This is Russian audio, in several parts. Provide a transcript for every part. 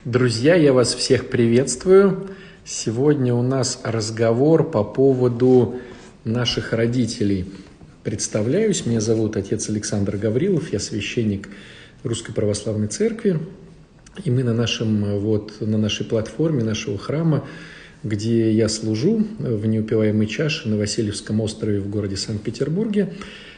Друзья, я вас всех приветствую. Сегодня у нас разговор по поводу наших родителей. Представляюсь, меня зовут отец Александр Гаврилов, я священник Русской Православной Церкви. И мы на нашей платформе нашего храма, где я служу, в неупиваемой чаше на Васильевском острове в городе Санкт-Петербурге.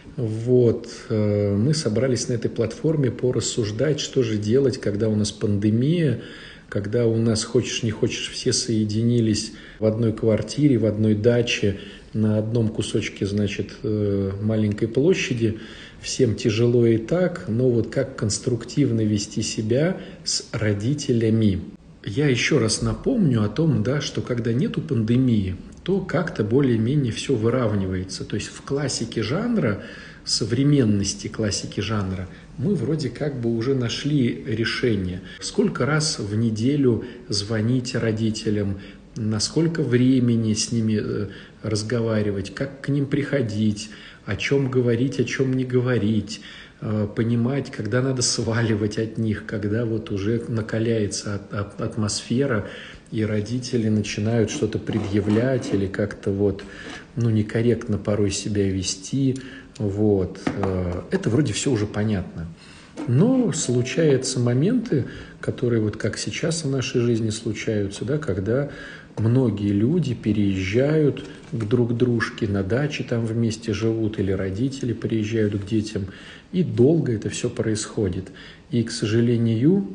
Мы собрались на этой платформе порассуждать, что же делать, когда у нас пандемия, когда у нас, хочешь не хочешь, все соединились в одной квартире, в одной даче, на одном кусочке, маленькой площади. Всем тяжело и так, но как конструктивно вести себя с родителями. Я еще раз напомню о том, что когда нету пандемии, то как-то более-менее все выравнивается. То есть в классике жанра, современности классики жанра, мы вроде как бы уже нашли решение. Сколько раз в неделю звонить родителям, на сколько времени с ними разговаривать, как к ним приходить, о чем говорить, о чем не говорить, понимать, когда надо сваливать от них, когда уже накаляется атмосфера, и родители начинают что-то предъявлять или как-то некорректно порой себя вести. Это вроде все уже понятно. Но случаются моменты, которые как сейчас в нашей жизни случаются, когда многие люди переезжают друг к дружке, на даче там вместе живут, или родители приезжают к детям, и долго это все происходит. И, к сожалению,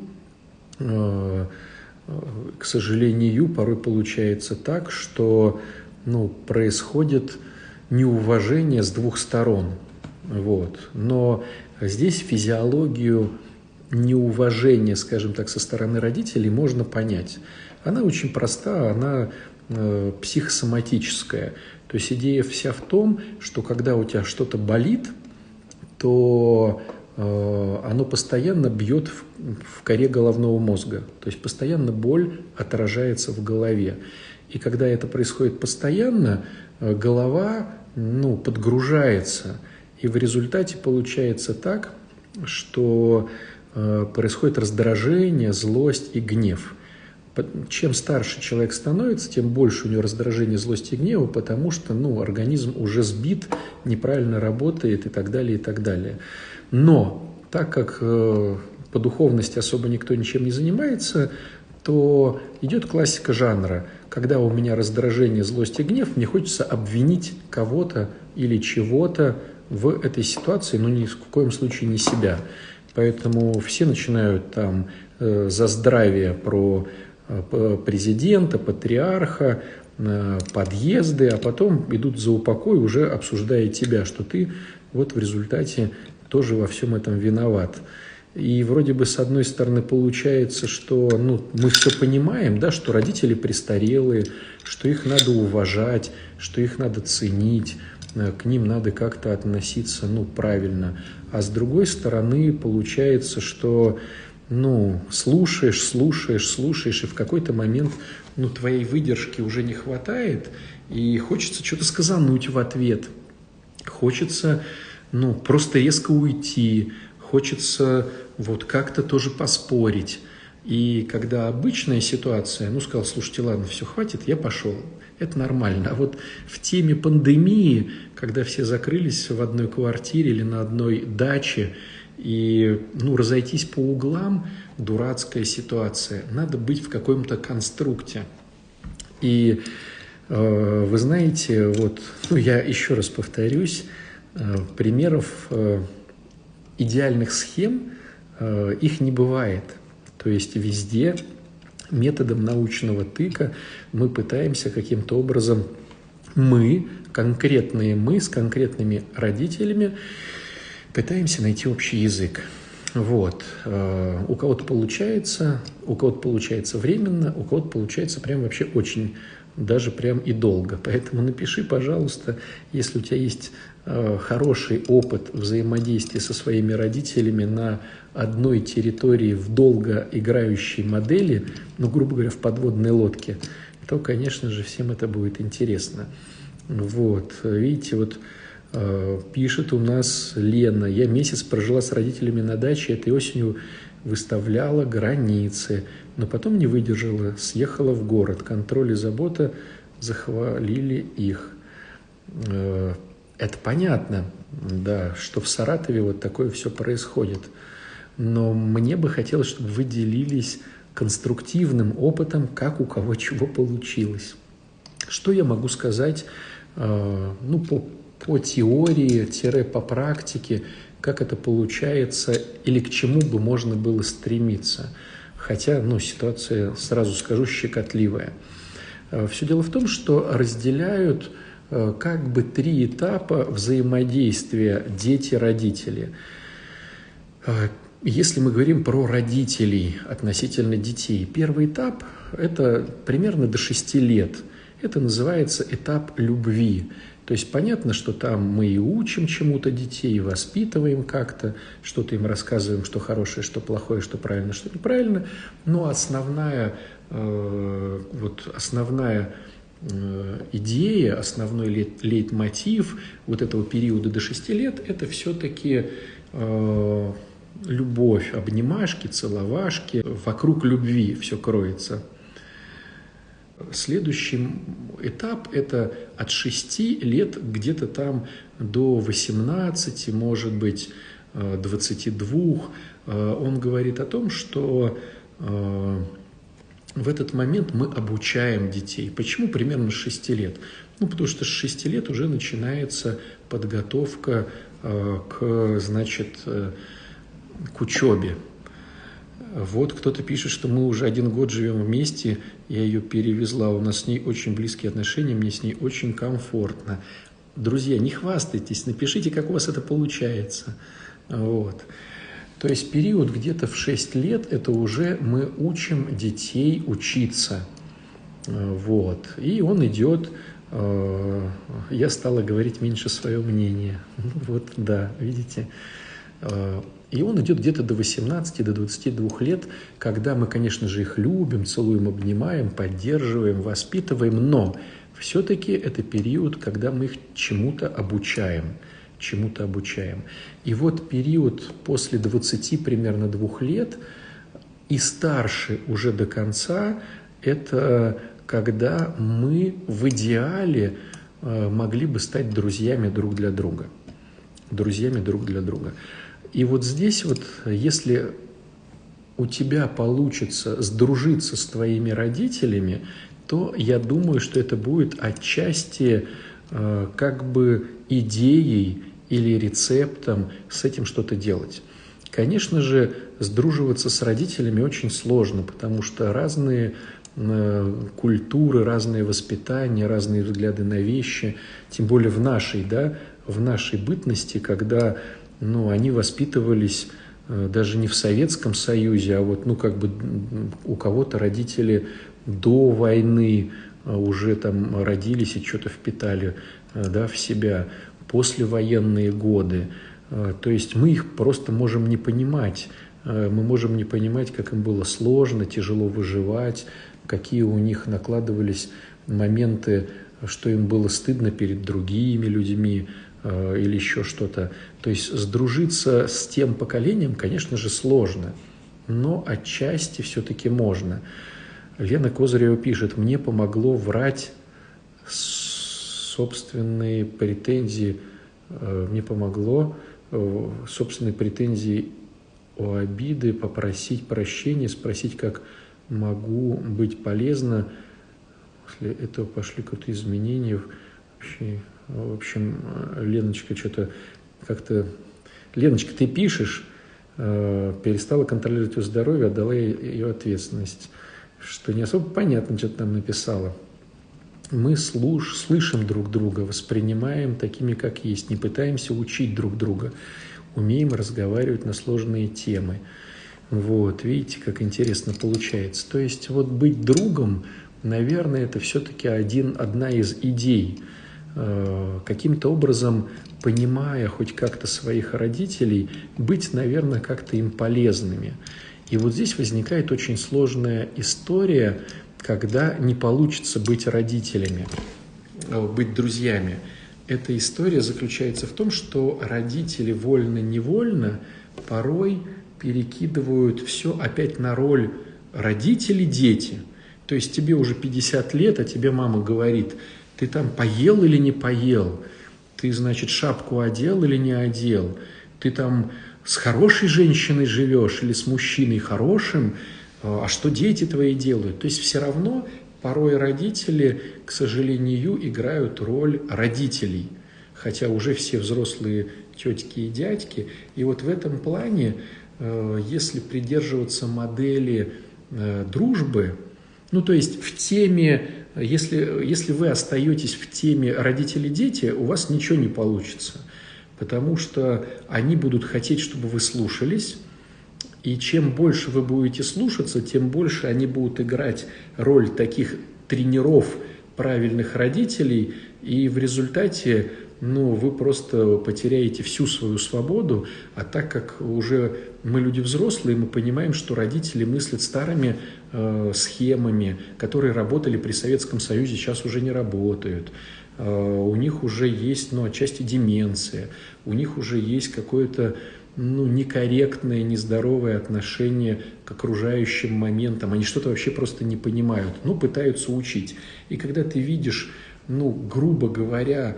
порой получается так, что происходит неуважение с двух сторон. Но здесь физиологию неуважения, скажем так, со стороны родителей можно понять. Она очень проста, она психосоматическая. То есть идея вся в том, что когда у тебя что-то болит, то оно постоянно бьет в коре головного мозга. То есть постоянно боль отражается в голове. И когда это происходит постоянно, голова подгружается. И в результате получается так, что происходит раздражение, злость и гнев. Чем старше человек становится, тем больше у него раздражения, злости и гнева, потому что организм уже сбит, неправильно работает и так далее, и так далее. Но так как по духовности особо никто ничем не занимается, то идет классика жанра. Когда у меня раздражение, злость и гнев, мне хочется обвинить кого-то или чего-то в этой ситуации, но ни в коем случае не себя. Поэтому все начинают за здравие про президента, патриарха, подъезды, а потом идут за упокой, уже обсуждая тебя, что ты в результате тоже во всем этом виноват. И вроде бы с одной стороны получается, что мы все понимаем, что родители престарелые, что их надо уважать, что их надо ценить, к ним надо как-то относиться правильно. А с другой стороны получается, что слушаешь, и в какой-то момент твоей выдержки уже не хватает, и хочется что-то сказануть в ответ. Хочется просто резко уйти, хочется как-то тоже поспорить. И когда обычная ситуация, сказал, слушайте, ладно, все, хватит, я пошел. Это нормально. А в теме пандемии, когда все закрылись в одной квартире или на одной даче, и разойтись по углам, дурацкая ситуация. Надо быть в каком-то конструкте. И вы знаете, я еще раз повторюсь, примеров идеальных схем их не бывает. То есть везде методом научного тыка мы пытаемся каким-то образом конкретные мы с конкретными родителями пытаемся найти общий язык. У кого-то получается временно, у кого-то получается прям вообще очень, даже прям и долго. Поэтому напиши, пожалуйста, если у тебя есть хороший опыт взаимодействия со своими родителями на одной территории в долго играющей модели, грубо говоря, в подводной лодке, то, конечно же, всем это будет интересно. Видите, пишет у нас Лена. Я месяц прожила с родителями на даче, этой осенью выставляла границы. но потом не выдержала, съехала в город. Контроль и забота захвалили их. Это понятно, да, что в Саратове вот такое все происходит. Но мне бы хотелось, чтобы вы делились конструктивным опытом, как у кого чего получилось. Что я могу сказать по теории, по практике, как это получается или к чему бы можно было стремиться. Хотя, ситуация, сразу скажу, щекотливая. Все дело в том, что разделяют как бы 3 этапа взаимодействия дети-родители. Если мы говорим про родителей относительно детей, первый этап – это примерно до 6 лет. Это называется этап любви. То есть понятно, что там мы и учим чему-то детей, и воспитываем как-то, что-то им рассказываем, что хорошее, что плохое, что правильно, что неправильно. Но основная идея, основной лейтмотив вот этого периода до 6 лет – это все-таки любовь, обнимашки, целовашки. Вокруг любви все кроется. Следующий этап – это от 6 лет где-то там до 18, может быть, 22. Он говорит о том, что в этот момент мы обучаем детей. Почему примерно с 6 лет? Потому что с 6 лет уже начинается подготовка к учебе. Вот кто-то пишет, что мы уже 1 год живем вместе, я ее перевезла, у нас с ней очень близкие отношения, мне с ней очень комфортно. Друзья, не хвастайтесь, напишите, как у вас это получается. Вот. То есть период где-то в 6 лет, это уже мы учим детей учиться. Вот. И он идет, я стала говорить меньше свое мнение. Вот, да, видите. И он идет где-то до 18, до 22 лет, когда мы, конечно же, их любим, целуем, обнимаем, поддерживаем, воспитываем, но все-таки это период, когда мы их чему-то обучаем. И вот период после 20 примерно 2 лет и старше уже до конца, это когда мы в идеале могли бы стать друзьями друг для друга. И вот здесь вот, если у тебя получится сдружиться с твоими родителями, то я думаю, что это будет отчасти как бы идеей или рецептом с этим что-то делать. Конечно же, сдруживаться с родителями очень сложно, потому что разные культуры, разные воспитания, разные взгляды на вещи, тем более в нашей бытности, когда они воспитывались даже не в Советском Союзе, а вот, у кого-то родители до войны уже там родились и что-то впитали, в себя, послевоенные годы. То есть мы их просто можем не понимать. Мы можем не понимать, как им было сложно, тяжело выживать, какие у них накладывались моменты, что им было стыдно перед другими людьми, или еще что-то. То есть сдружиться с тем поколением, конечно же, сложно, но отчасти все-таки можно. Лена Козырева пишет: «Мне помогло врать собственные претензии, о обиды, попросить прощения, спросить, как могу быть полезна. После этого пошли какие-то изменения. В общем, Леночка, что-то как-то... Леночка, ты пишешь, перестала контролировать ее здоровье, отдала ее ответственность. Что не особо понятно, что ты там написала. Мы слышим друг друга, воспринимаем такими, как есть, не пытаемся учить друг друга, умеем разговаривать на сложные темы. Вот, видите, как интересно получается. То есть вот быть другом, наверное, это все-таки одна из идей. Каким-то образом, понимая хоть как-то своих родителей, быть, наверное, как-то им полезными. И вот здесь возникает очень сложная история, когда не получится быть родителями, быть друзьями. Эта история заключается в том, что родители вольно-невольно порой перекидывают все опять на роль родители, дети. То есть тебе уже 50 лет, а тебе мама говорит, ты там поел или не поел, ты, значит, шапку одел или не одел, ты там с хорошей женщиной живешь или с мужчиной хорошим, а что дети твои делают? То есть все равно порой родители, к сожалению, играют роль родителей, хотя уже все взрослые тетки и дядьки. И вот в этом плане, если придерживаться модели дружбы, ну то есть в теме, если вы остаетесь в теме родители-дети, у вас ничего не получится, потому что они будут хотеть, чтобы вы слушались, и чем больше вы будете слушаться, тем больше они будут играть роль таких тренеров правильных родителей, и в результате вы просто потеряете всю свою свободу, а так как уже мы люди взрослые, мы понимаем, что родители мыслят старыми схемами, которые работали при Советском Союзе, сейчас уже не работают. У них уже есть, отчасти деменция, у них уже есть какое-то некорректное, нездоровое отношение к окружающим моментам. Они что-то вообще просто не понимают, пытаются учить. И когда ты видишь, грубо говоря,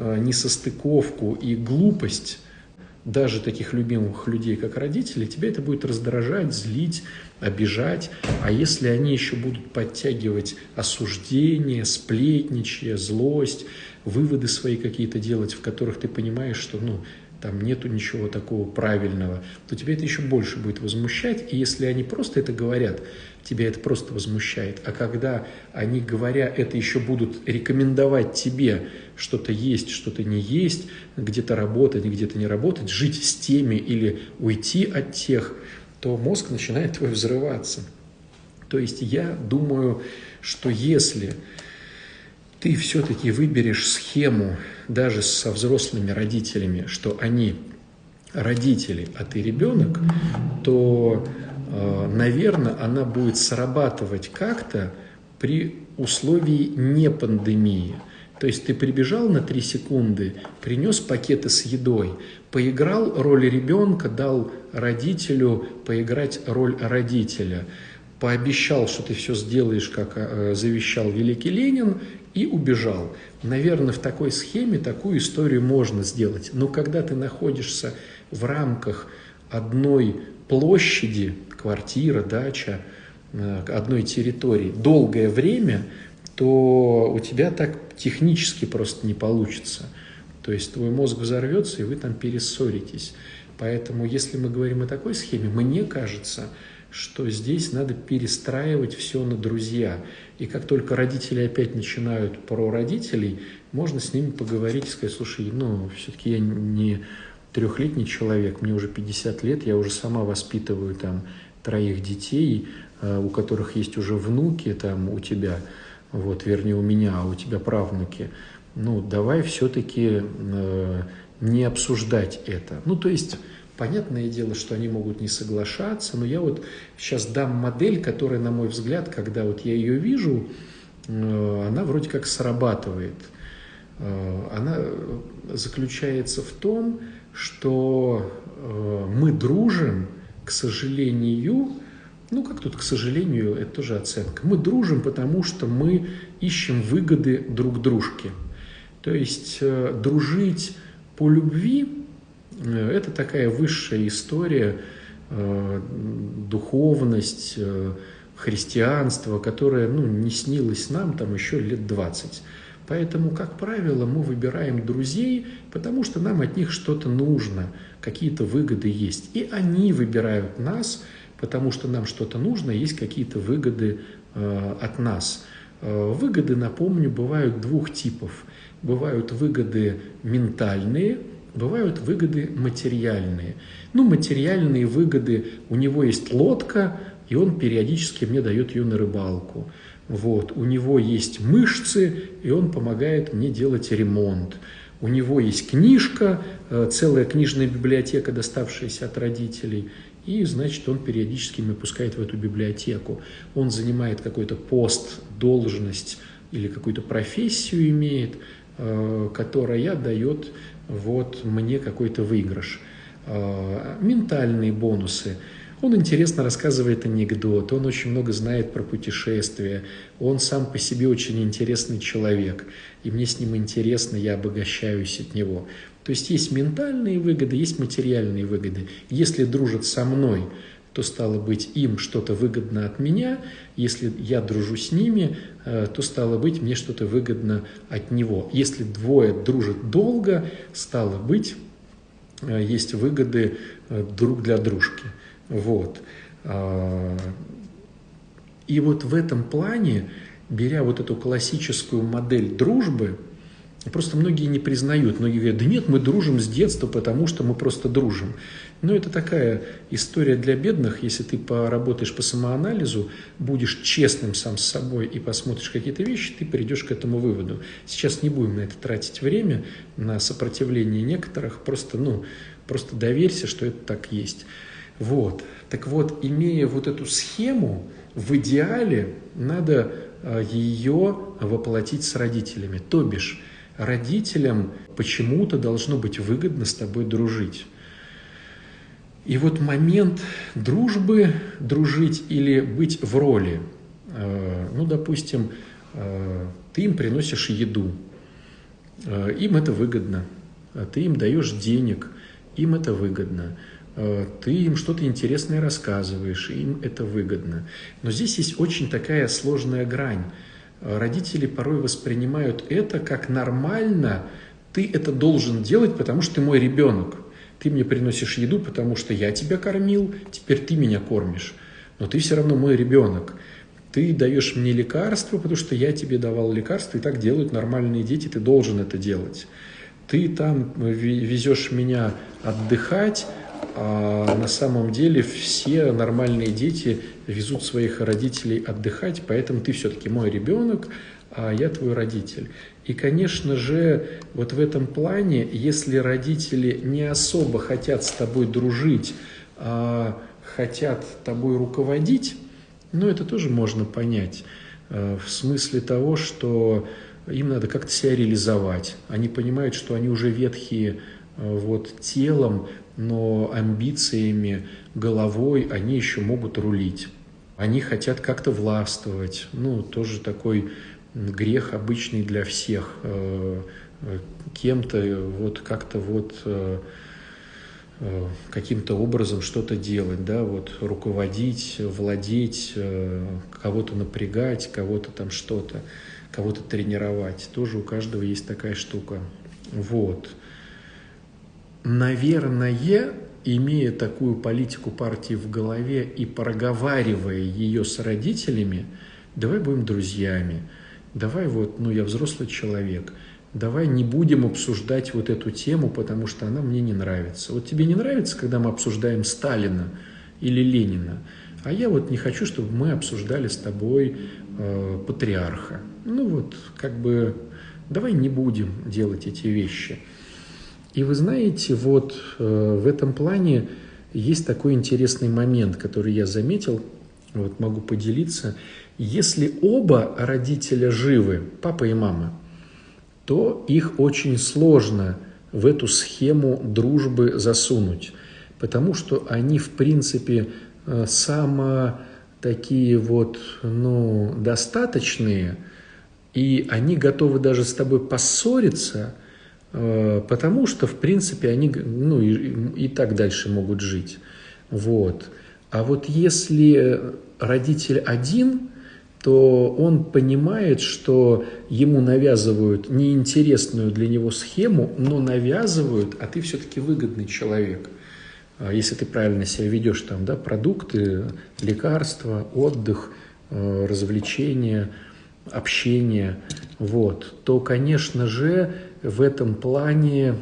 несостыковку и глупость даже таких любимых людей, как родители, тебя это будет раздражать, злить, обижать. А если они еще будут подтягивать осуждение, сплетничье, злость, выводы свои какие-то делать, в которых ты понимаешь, что там нету ничего такого правильного, то тебя это еще больше будет возмущать. И если они просто это говорят, тебя это просто возмущает. А когда они, говоря это, еще будут рекомендовать тебе что-то есть, что-то не есть, где-то работать, где-то не работать, жить с теми или уйти от тех, то мозг начинает твой взрываться. То есть я думаю, что если ты все-таки выберешь схему даже со взрослыми родителями, что они родители, а ты ребенок, то, наверное, она будет срабатывать как-то при условии не пандемии. То есть ты прибежал на 3 секунды, принес пакеты с едой, поиграл роль ребенка, дал родителю поиграть роль родителя, пообещал, что ты все сделаешь, как завещал великий Ленин, и убежал. Наверное, в такой схеме такую историю можно сделать. Но когда ты находишься в рамках одной площади, квартира, дача, одной территории долгое время, то у тебя так технически просто не получится. То есть твой мозг взорвется, и вы там перессоритесь. Поэтому, если мы говорим о такой схеме, мне кажется, что здесь надо перестраивать все на друзья. И как только родители опять начинают про родителей, можно с ними поговорить и сказать: слушай, все-таки я не 3-летний человек, мне уже 50 лет, я уже сама воспитываю там 3 детей, у которых есть уже внуки там у тебя, вернее у меня, а у тебя правнуки. Давай все-таки не обсуждать это. То есть понятное дело, что они могут не соглашаться, но я сейчас дам модель, которая, на мой взгляд, когда я ее вижу, она вроде как срабатывает. Она заключается в том, что мы дружим, к сожалению, как тут, к сожалению, это тоже оценка, мы дружим, потому что мы ищем выгоды друг дружке. То есть дружить по любви – это такая высшая история, духовность, христианство, которое не снилось нам там еще лет 20. Поэтому, как правило, мы выбираем друзей, потому что нам от них что-то нужно, какие-то выгоды есть. И они выбирают нас, потому что нам что-то нужно, есть какие-то выгоды от нас. Выгоды, напомню, бывают 2 типов. Бывают выгоды ментальные, бывают выгоды материальные. Материальные выгоды: у него есть лодка, и он периодически мне дает ее на рыбалку. У него есть мышцы, и он помогает мне делать ремонт. У него есть книжка, целая книжная библиотека, доставшаяся от родителей, и, значит, он периодически меня пускает в эту библиотеку. Он занимает какой-то пост, должность или какую-то профессию имеет, которая дает мне какой-то выигрыш. Ментальные бонусы. Он интересно рассказывает анекдот, он очень много знает про путешествия, он сам по себе очень интересный человек, и мне с ним интересно, я обогащаюсь от него. То есть есть ментальные выгоды, есть материальные выгоды. Если дружат со мной, то, стало быть, им что-то выгодно от меня. Если я дружу с ними, то, стало быть, мне что-то выгодно от него. Если двое дружат долго, стало быть, есть выгоды друг для дружки. Вот. И вот в этом плане, беря вот эту классическую модель дружбы, просто многие не признают, многие говорят, да нет, мы дружим с детства, потому что мы просто дружим. Но это такая история для бедных, если ты поработаешь по самоанализу, будешь честным сам с собой и посмотришь какие-то вещи, ты придешь к этому выводу. Сейчас не будем на это тратить время, на сопротивление некоторых, просто доверься, что это так есть. Вот. Так вот, имея вот эту схему, в идеале надо ее воплотить с родителями. То бишь, родителям почему-то должно быть выгодно с тобой дружить. И вот момент дружбы, дружить или быть в роли. Допустим, ты им приносишь еду, им это выгодно. Ты им даешь денег, им это выгодно. Ты им что-то интересное рассказываешь, им это выгодно. Но здесь есть очень такая сложная грань. Родители порой воспринимают это как нормально, ты это должен делать, потому что ты мой ребенок. Ты мне приносишь еду, потому что я тебя кормил, теперь ты меня кормишь. Но ты все равно мой ребенок. Ты даешь мне лекарства, потому что я тебе давал лекарства, и так делают нормальные дети, ты должен это делать. Ты там везешь меня отдыхать, а на самом деле все нормальные дети везут своих родителей отдыхать, поэтому ты все-таки мой ребенок, а я твой родитель. И, конечно же, вот в этом плане, если родители не особо хотят с тобой дружить, а хотят тобой руководить, это тоже можно понять. В смысле того, что им надо как-то себя реализовать. Они понимают, что они уже ветхие телом, но амбициями, головой они еще могут рулить. Они хотят как-то властвовать. Тоже такой грех обычный для всех. Кем-то каким-то образом что-то делать, руководить, владеть, кого-то напрягать, кого-то там что-то, кого-то тренировать. Тоже у каждого есть такая штука. Наверное, имея такую политику партии в голове и проговаривая ее с родителями, давай будем друзьями, давай я взрослый человек, давай не будем обсуждать вот эту тему, потому что она мне не нравится. Вот тебе не нравится, когда мы обсуждаем Сталина или Ленина, а я не хочу, чтобы мы обсуждали с тобой патриарха. Давай не будем делать эти вещи. И вы знаете, в этом плане есть такой интересный момент, который я заметил, могу поделиться. Если оба родителя живы, папа и мама, то их очень сложно в эту схему дружбы засунуть, потому что они, в принципе, такие достаточные, и они готовы даже с тобой поссориться, потому что, в принципе, они и так дальше могут жить. А если родитель один, то он понимает, что ему навязывают неинтересную для него схему, но навязывают, а ты все-таки выгодный человек. Если ты правильно себя ведешь, продукты, лекарства, отдых, развлечения, общение, то, конечно же, в этом плане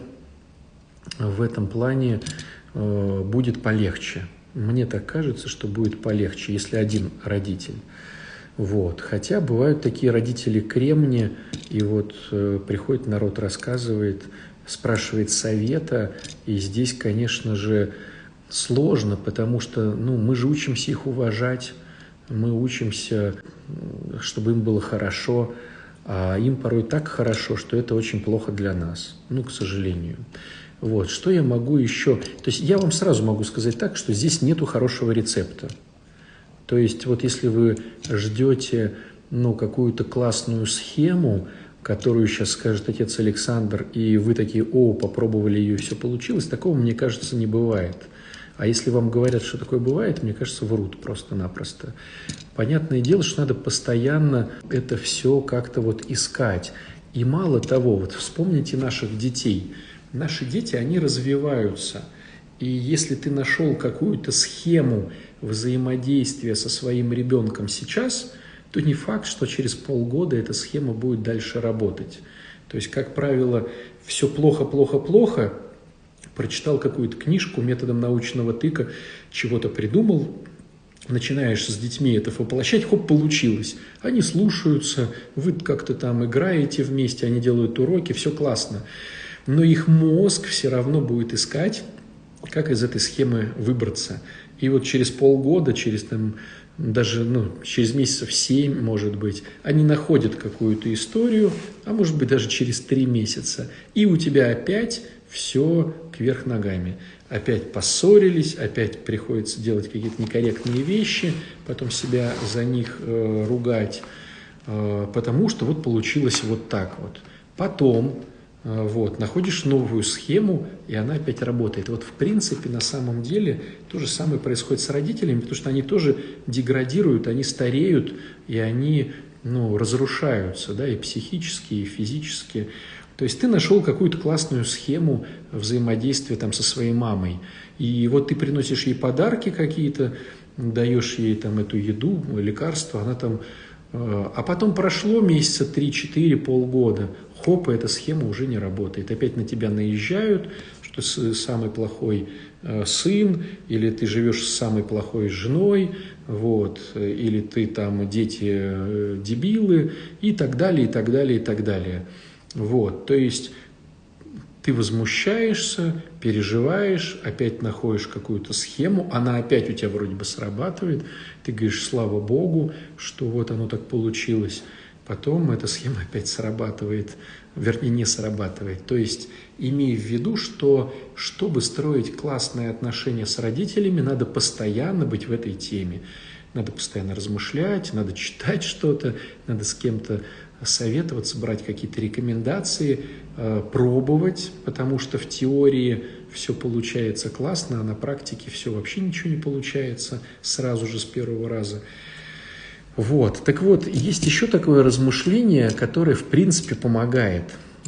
будет полегче. Мне так кажется, что будет полегче, если один родитель. Хотя бывают такие родители кремни, и приходит народ, рассказывает, спрашивает совета, и здесь, конечно же, сложно, потому что мы же учимся их уважать, мы учимся, чтобы им было хорошо, а им порой так хорошо, что это очень плохо для нас, к сожалению. Вот, что я могу еще... То есть я вам сразу могу сказать так, что здесь нету хорошего рецепта. То есть вот если вы ждете, ну, какую-то классную схему, которую сейчас скажет отец Александр, и вы такие: о, попробовали ее, все получилось, такого, мне кажется, не бывает. А если вам говорят, что такое бывает, мне кажется, врут просто-напросто. Понятное дело, что надо постоянно это все как-то вот искать. И мало того, вот вспомните наших детей. Наши дети, они развиваются. И если ты нашел какую-то схему взаимодействия со своим ребенком сейчас, то не факт, что через полгода эта схема будет дальше работать. То есть, как правило, все плохо, плохо, плохо. Прочитал какую-то книжку, методом научного тыка чего-то придумал, начинаешь с детьми это воплощать, хоп, получилось. Они слушаются, вы как-то там играете вместе, они делают уроки, все классно. Но их мозг все равно будет искать, как из этой схемы выбраться. И вот через полгода, через там, даже через месяцев 7, может быть, они находят какую-то историю, а может быть даже через 3 месяца. И у тебя опять все кверх ногами. Опять поссорились, опять приходится делать какие-то некорректные вещи, потом себя за них ругать, потому что вот получилось вот так вот. Потом находишь новую схему, и она опять работает. Вот в принципе, на самом деле, то же самое происходит с родителями, потому что они тоже деградируют, они стареют, и они разрушаются, да, и психически, и физически. То есть ты нашел какую-то классную схему взаимодействия там со своей мамой. И вот ты приносишь ей подарки какие-то, даешь ей там эту еду, лекарства, она там... А потом прошло месяца 3-4, полгода, хоп, и эта схема уже не работает. Опять на тебя наезжают, что самый плохой сын, или ты живешь с самой плохой женой, вот, или ты там дети дебилы, и так далее, и так далее, и так далее. Вот, то есть ты возмущаешься, переживаешь, опять находишь какую-то схему, она опять у тебя вроде бы срабатывает, ты говоришь: слава Богу, что вот оно так получилось. Потом эта схема опять срабатывает, вернее, не срабатывает. То есть имей в виду, что чтобы строить классные отношения с родителями, надо постоянно быть в этой теме. Надо постоянно размышлять, надо читать что-то, надо с кем-то советоваться, брать какие-то рекомендации, пробовать, потому что в теории все получается классно, а на практике все вообще ничего не получается сразу же с первого раза. Вот. Так вот, есть еще такое размышление, которое в принципе помогает.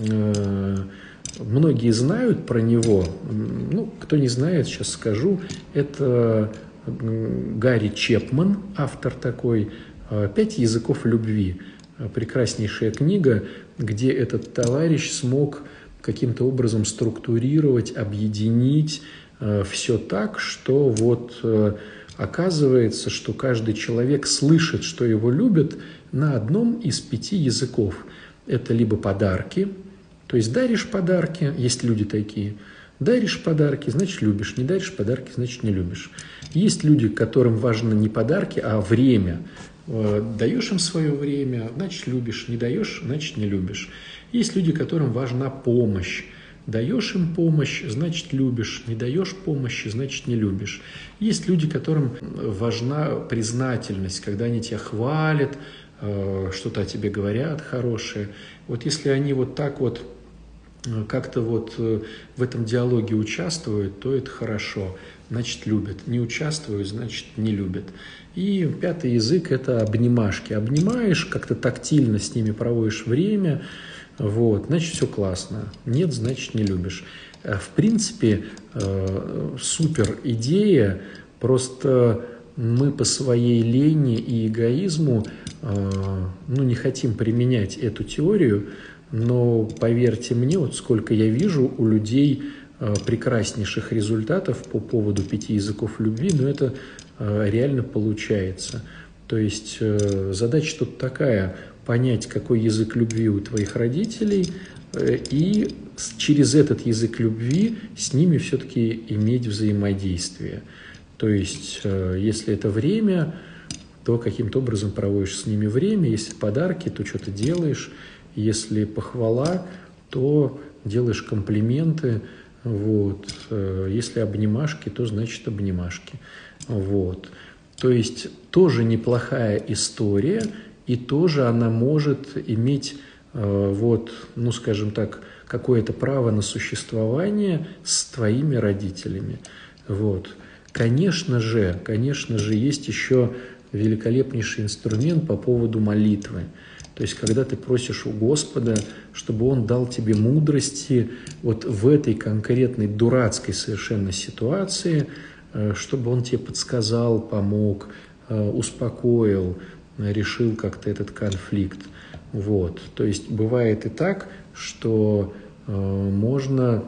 Многие знают про него, кто не знает, сейчас скажу, это Гарри Чепман, автор такой, «5 языков любви». Прекраснейшая книга, где этот товарищ смог каким-то образом структурировать, объединить все так, что вот оказывается, что каждый человек слышит, что его любят, на одном из 5 языков. Это либо подарки, то есть даришь подарки, есть люди такие, даришь подарки, значит любишь, не даришь подарки, значит не любишь. Есть люди, которым важно не подарки, а время. Даешь им свое время, значит любишь, не даешь, значит не любишь. Есть люди, которым важна помощь. Даешь им помощь, значит любишь, не даешь помощи, значит не любишь. Есть люди, которым важна признательность, когда они тебя хвалят, что-то о тебе говорят хорошее. Вот если они вот так вот как-то вот в этом диалоге участвуют, то это хорошо, значит любят. Не участвуют, значит не любят. И 5-й язык – это обнимашки. Обнимаешь, как-то тактильно с ними проводишь время, вот, значит все классно. Нет, значит не любишь. В принципе, супер идея, просто мы по своей лени и эгоизму не хотим применять эту теорию, но поверьте мне, вот сколько я вижу у людей прекраснейших результатов по поводу 5 языков любви, но это реально получается. То есть задача тут такая: понять, какой язык любви у твоих родителей, и через этот язык любви с ними все-таки иметь взаимодействие. То есть если это время, то каким-то образом проводишь с ними время, если подарки, то что-то делаешь, если похвала, то делаешь комплименты, Вот. Если обнимашки, то значит обнимашки. Вот. То есть тоже неплохая история, и тоже она может иметь, вот, ну, скажем так, какое-то право на существование с твоими родителями. Вот. Конечно же, есть еще великолепнейший инструмент по поводу молитвы. То есть, когда ты просишь у Господа, чтобы Он дал тебе мудрости вот в этой конкретной дурацкой совершенно ситуации, чтобы Он тебе подсказал, помог, успокоил, решил как-то этот конфликт. Вот. То есть, бывает и так, что можно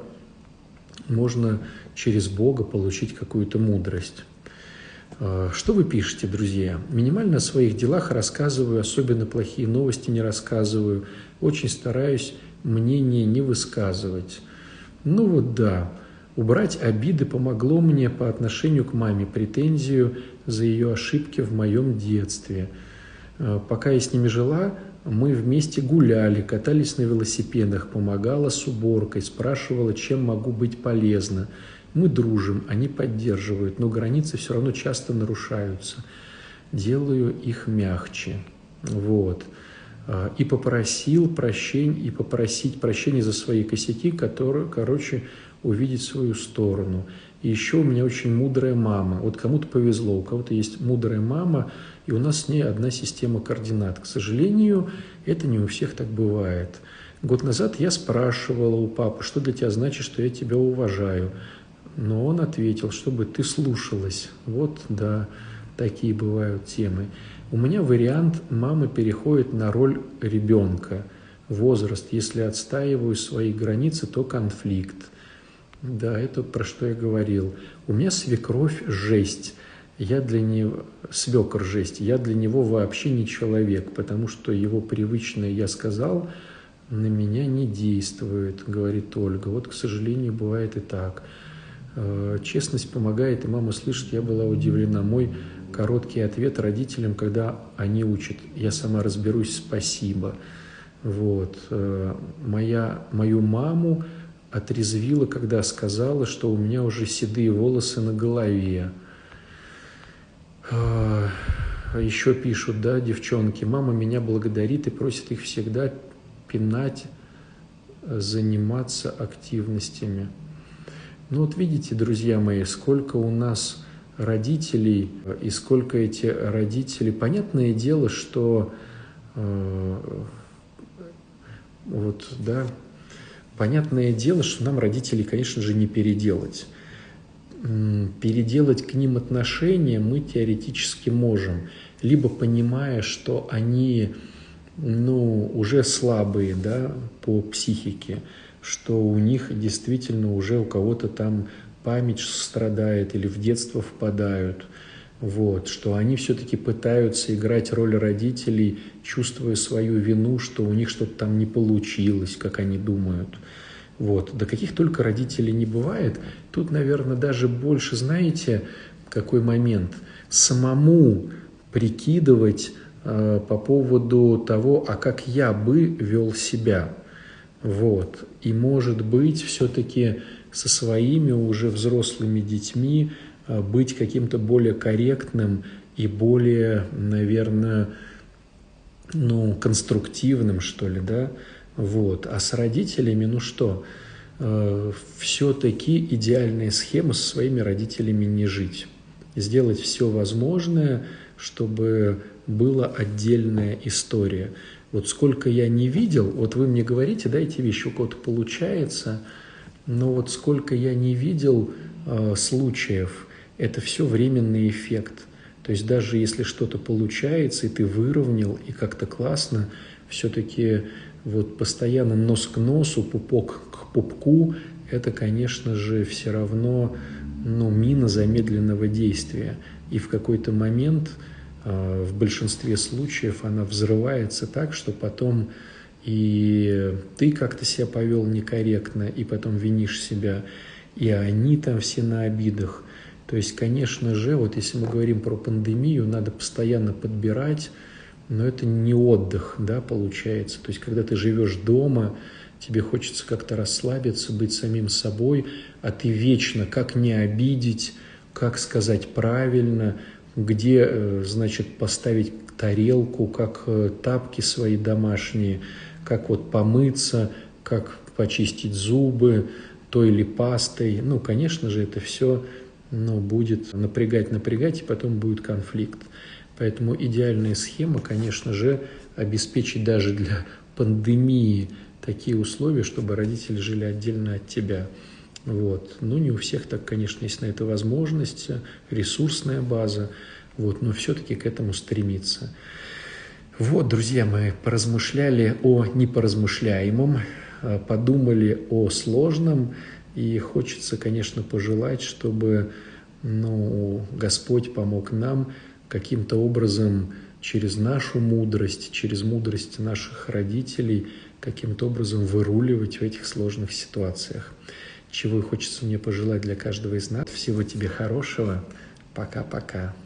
через Бога получить какую-то мудрость. Что вы пишете, друзья? Минимально о своих делах рассказываю, особенно плохие новости не рассказываю. Очень стараюсь мнение не высказывать. Ну вот да, убрать обиды помогло мне по отношению к маме, претензию за ее ошибки в моем детстве. Пока я с ними жила, мы вместе гуляли, катались на велосипедах, помогала с уборкой, спрашивала, чем могу быть полезна. Мы дружим, они поддерживают, но границы все равно часто нарушаются. Делаю их мягче. Вот. И попросить прощения за свои косяки, увидеть свою сторону. И еще у меня очень мудрая мама. Вот кому-то повезло, у кого-то есть мудрая мама, и у нас с ней одна система координат. К сожалению, это не у всех так бывает. Год назад я спрашивала у папы, что для тебя значит, что я тебя уважаю. Но он ответил, чтобы ты слушалась. Вот, да, такие бывают темы. У меня вариант: мама переходит на роль ребенка. Возраст: если отстаиваю свои границы, то конфликт. Да, это про что я говорил. У меня свекровь жесть. Свекор жесть. Я для него вообще не человек, потому что его привычное «я сказал» на меня не действует, говорит Ольга. Вот, к сожалению, бывает и так. Честность помогает, и мама слышит. Я была удивлена. Мой короткий ответ родителям, когда они учат: я сама разберусь, спасибо. Вот. Мою маму отрезвила, когда сказала, что у меня уже седые волосы на голове. Еще пишут, да, девчонки: мама меня благодарит и просит их всегда пинать, заниматься активностями. Ну вот видите, друзья мои, сколько у нас родителей, и сколько эти родители. Понятное дело, что понятное дело, что нам родителей, конечно же, не переделать. Переделать к ним отношения мы теоретически можем, либо понимая, что они, уже слабые, да, по психике, что у них действительно уже у кого-то там память страдает или в детство впадают, вот, что они все-таки пытаются играть роль родителей, чувствуя свою вину, что у них что-то там не получилось, как они думают. Вот. Да каких только родителей не бывает. Тут, наверное, даже больше, знаете, какой момент? Самому прикидывать по поводу того, а как я бы вел себя. Вот. И, может быть, все-таки со своими уже взрослыми детьми быть каким-то более корректным и более, наверное, конструктивным, что ли, да? Вот. А с родителями, все-таки идеальная схема со своими родителями не жить. Сделать все возможное, чтобы была отдельная история. Вот сколько я не видел, вот вы мне говорите, да, эти вещи у кого-то получается, но вот сколько я не видел случаев, это все временный эффект. То есть даже если что-то получается, и ты выровнял, и как-то классно, все-таки вот постоянно нос к носу, пупок к пупку, это, конечно же, все равно мина замедленного действия. И в какой-то момент, в большинстве случаев, она взрывается так, что потом и ты как-то себя повел некорректно, и потом винишь себя, и они там все на обидах. То есть, конечно же, вот если мы говорим про пандемию, надо постоянно подбирать, но это не отдых, да, получается. То есть, когда ты живешь дома, тебе хочется как-то расслабиться, быть самим собой, а ты вечно как не обидеть, как сказать правильно, где, значит, поставить тарелку, как тапки свои домашние, как вот помыться, как почистить зубы той или пастой. Ну, конечно же, это все будет напрягать, и потом будет конфликт. Поэтому идеальная схема, конечно же, обеспечить даже для пандемии такие условия, чтобы родители жили отдельно от тебя. Вот. Ну, не у всех так, конечно, есть на это возможность, ресурсная база, вот, но все-таки к этому стремиться. Вот, друзья мои, поразмышляли о непоразмышляемом, подумали о сложном, и хочется, конечно, пожелать, чтобы Господь помог нам каким-то образом через нашу мудрость, через мудрость наших родителей, каким-то образом выруливать в этих сложных ситуациях. Чего и хочется мне пожелать для каждого из нас. Всего тебе хорошего. Пока-пока.